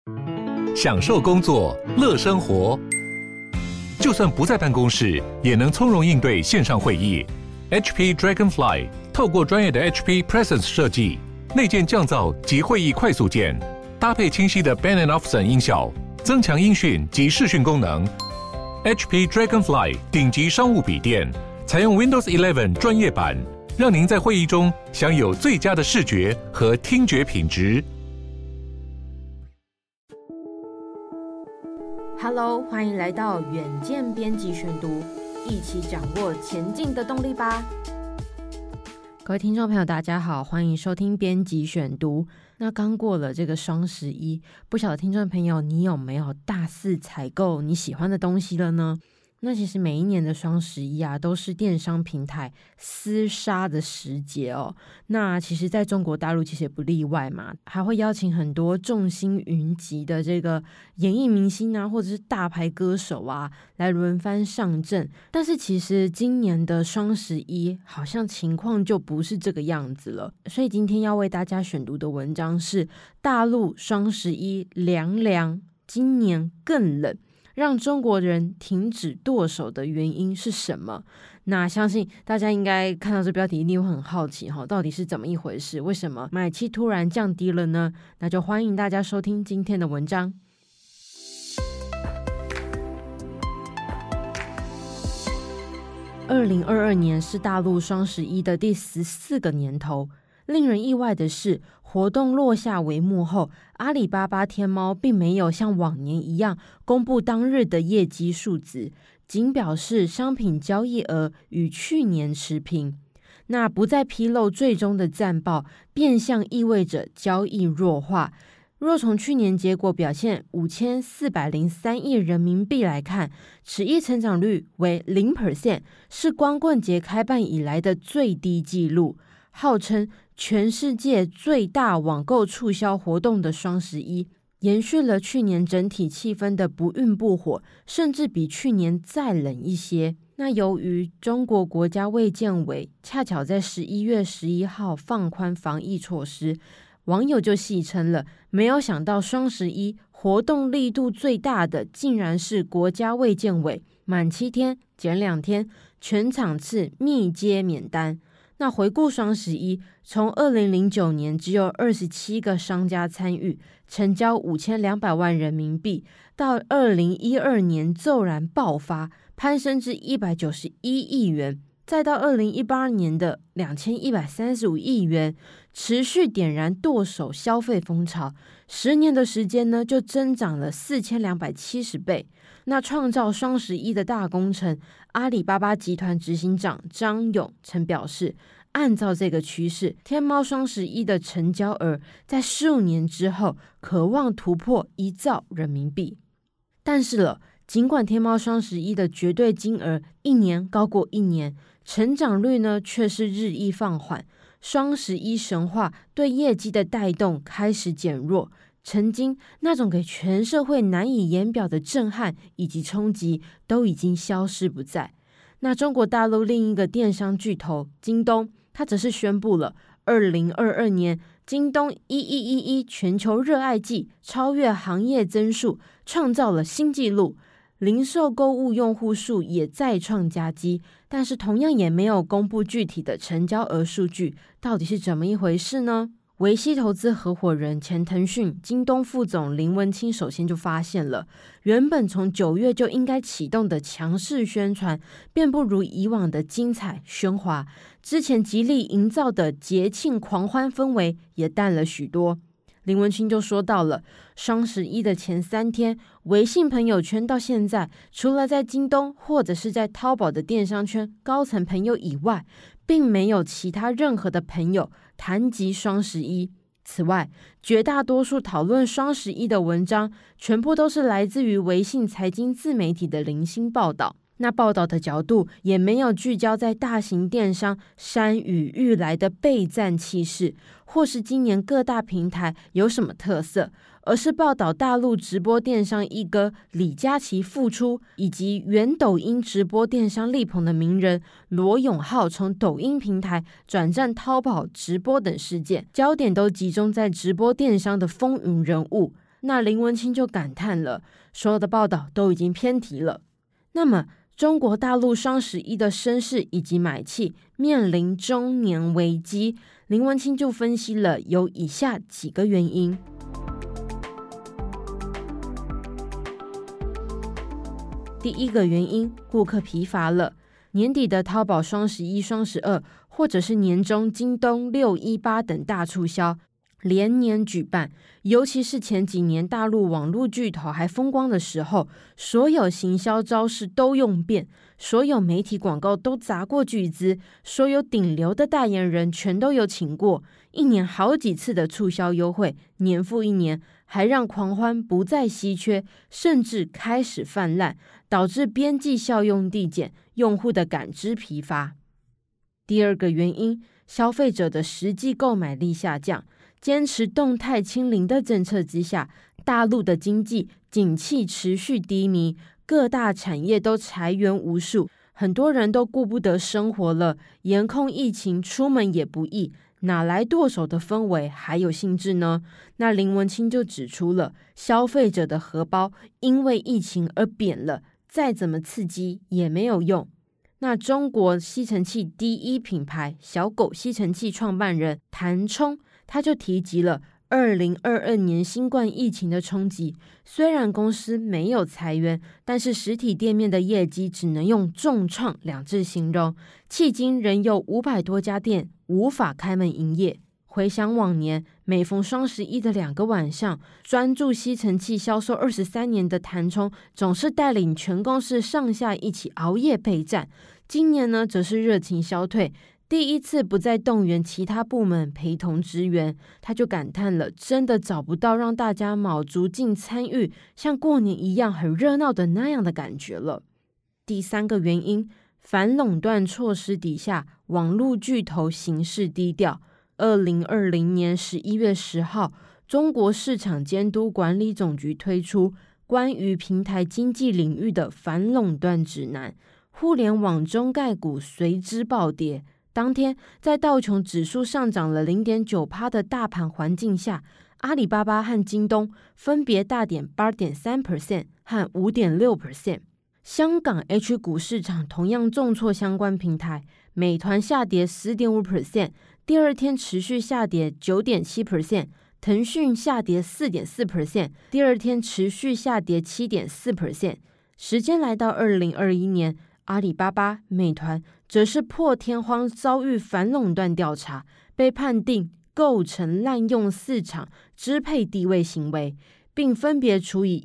享受工作，乐生活。就算不在办公室，也能从容应对线上会议。HP Dragonfly 透过专业的 HP Presence 设计，内建降噪及会议快速键，搭配清晰的 Bang & Olufsen 音效，增强音讯及视讯功能。HP Dragonfly 顶级商务笔电，采用 Windows 11专业版，让您在会议中享有最佳的视觉和听觉品质。 Hello， 欢迎来到远见编辑选读，一起掌握前进的动力吧。各位听众朋友大家好，欢迎收听编辑选读。那刚过了这个双11，不晓得听众朋友你有没有大肆采购你喜欢的东西了呢？那其实每一年的双11啊，都是电商平台厮杀的时节哦。那其实在中国大陆其实也不例外嘛，还会邀请很多众星云集的这个演艺明星啊，或者是大牌歌手啊，来轮番上阵。但是其实今年的双11好像情况就不是这个样子了，所以今天要为大家选读的文章是大陆双11凉凉，今年更冷。让中国人停止剁手的原因是什么？那相信大家应该看到这标题一定会很好奇到底是怎么一回事？为什么买气突然降低了呢？那就欢迎大家收听今天的文章。2022年是大陆双11的第14个年头。令人意外的是，活动落下帷幕后，阿里巴巴、天猫并没有像往年一样公布当日的业绩数值，仅表示商品交易额与去年持平。那不再披露最终的战报，变相意味着交易弱化。若从去年结果表现5403亿人民币来看，此一成长率为 0%， 是光棍节开办以来的最低纪录。号称全世界最大网购促销活动的双11，延续了去年整体气氛的不愠不火，甚至比去年再冷一些。那由于中国国家卫健委恰巧在11月11号放宽防疫措施，网友就戏称了，没有想到双11活动力度最大的竟然是国家卫健委，满7天减2天，全场次密接免单。那回顾双11，从2009年只有27个商家参与，成交5200万人民币，到2012年骤然爆发，攀升至191亿元，再到2018年的2135亿元，持续点燃剁手消费风潮。10年的时间呢，就增长了4270倍。那创造双11的大工程，阿里巴巴集团执行长张勇曾表示，按照这个趋势，天猫双11的成交额在15年之后可望突破1兆人民币。但是尽管天猫双11的绝对金额一年高过一年，成长率呢却是日益放缓。双11神话对业绩的带动开始减弱，曾经那种给全社会难以言表的震撼以及冲击都已经消失不在。那中国大陆另一个电商巨头京东，它则是宣布了2022年京东1111全球热爱季超越行业增速，创造了新纪录，零售购物用户数也再创佳绩，但是同样也没有公布具体的成交额数据，到底是怎么一回事呢？维熙投资合伙人、前腾讯、京东副总林文清首先就发现了，原本从9月就应该启动的强势宣传，便不如以往的精彩喧哗，之前极力营造的节庆狂欢氛围也淡了许多。林文清就说到了，双11的前3天，微信朋友圈到现在，除了在京东或者是在淘宝的电商圈高层朋友以外，并没有其他任何的朋友谈及双11。此外，绝大多数讨论双11的文章，全部都是来自于微信财经自媒体的零星报道。那报道的角度也没有聚焦在大型电商山雨欲来的备战气势，或是今年各大平台有什么特色，而是报道大陆直播电商一哥李佳琦复出，以及原抖音直播电商力捧的名人罗永浩从抖音平台转战淘宝直播等事件，焦点都集中在直播电商的风云人物。 那林文清就感叹了，所有的报道都已经偏题了。那么中国大陆双11的声势以及买气面临中年危机，林文清就分析了有以下几个原因。第一个原因，顾客疲乏了。年底的淘宝双11、双12，或者是年中京东618等大促销连年举办，尤其是前几年大陆网络巨头还风光的时候，所有行销招式都用遍，所有媒体广告都砸过巨资，所有顶流的代言人全都有请过，一年好几次的促销优惠，年复一年，还让狂欢不再稀缺，甚至开始泛滥，导致边际效用递减，用户的感知疲乏。第二个原因，消费者的实际购买力下降。坚持动态清零的政策之下，大陆的经济景气持续低迷，各大产业都裁员无数，很多人都顾不得生活了，严控疫情出门也不易，哪来剁手的氛围还有兴致呢？那林文清就指出了，消费者的荷包因为疫情而扁了，再怎么刺激也没有用。那中国吸尘器第一品牌小狗吸尘器创办人谭冲，他就提及了2022年新冠疫情的冲击，虽然公司没有裁员，但是实体店面的业绩只能用重创2字形容，迄今仍有500多家店无法开门营业。回想往年，每逢双11的2个晚上，专注吸尘器销售23年的谭冲，总是带领全公司上下一起熬夜备战。今年呢，则是热情消退，第一次不再动员其他部门陪同支援，他就感叹了，真的找不到让大家卯足劲参与，像过年一样很热闹的那样的感觉了。第三个原因，反垄断措施底下，网络巨头行事低调。2020年11月10号，中国市场监督管理总局推出关于平台经济领域的反垄断指南，互联网中概股随之暴跌。当天，在道琼指数上涨了 0.9% 的大盘环境下，阿里巴巴和京东分别大跌 8.3% 和 5.6%。香港 H 股市场同样重挫相关平台，美团下跌 10.5%， 第二天持续下跌 9.7%， 腾讯下跌 4.4%， 第二天持续下跌 7.4%。 时间来到2021年，阿里巴巴、美团则是破天荒遭遇反垄断调查，被判定构成滥用市场支配地位行为，并分别处以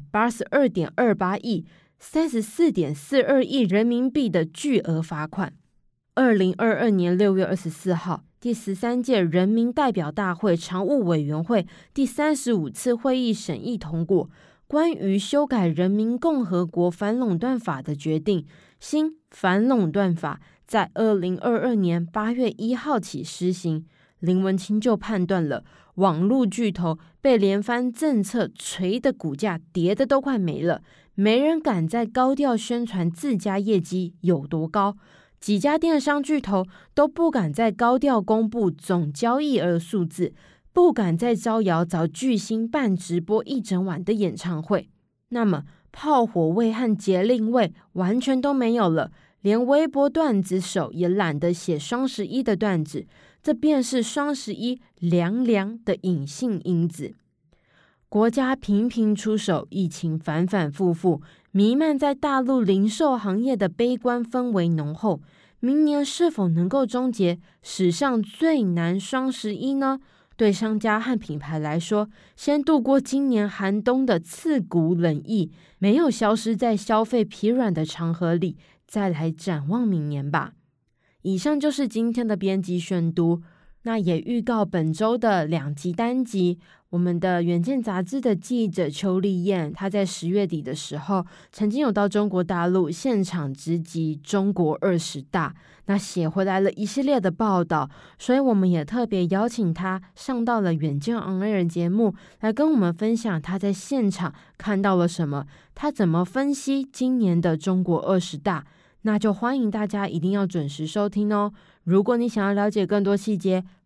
182.28 亿、34.42 亿人民币的巨额罚款。2022年6月24号，第13届人民代表大会常务委员会第35次会议审议通过关于修改人民共和国反垄断法的决定，新反垄断法在2022年8月1号起施行。林文清就判断了，网络巨头被连番政策锤的股价跌得都快没了，没人敢再高调宣传自家业绩有多高，几家电商巨头都不敢再高调公布总交易额数字，不敢再招摇找巨星办直播一整晚的演唱会。那么炮火味和节令味完全都没有了，连微博段子手也懒得写双11的段子，这便是双11凉凉的隐性因子。国家频频出手，疫情反反复复，弥漫在大陆零售行业的悲观氛围浓厚。明年是否能够终结史上最难双11呢？对商家和品牌来说，先度过今年寒冬的刺骨冷意，没有消失在消费疲软的长河里，再来展望明年吧。以上就是今天的编辑选读，那也预告本周的2集单集。我们的远见杂志的记者邱丽燕，她在10月底的时候曾经有到中国大陆现场直击中国20大，那写回来了一系列的报道，所以我们也特别邀请她上到了远见 On Air 节目，来跟我们分享她在现场看到了什么，她怎么分析今年的中国20大。那就欢迎大家一定要准时收听哦。如果你想要了解更多细节，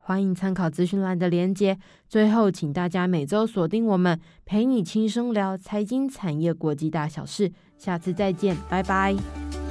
欢迎参考资讯栏的连结。最后，请大家每周锁定我们，陪你轻松聊财经、产业、国际大小事。下次再见，拜拜。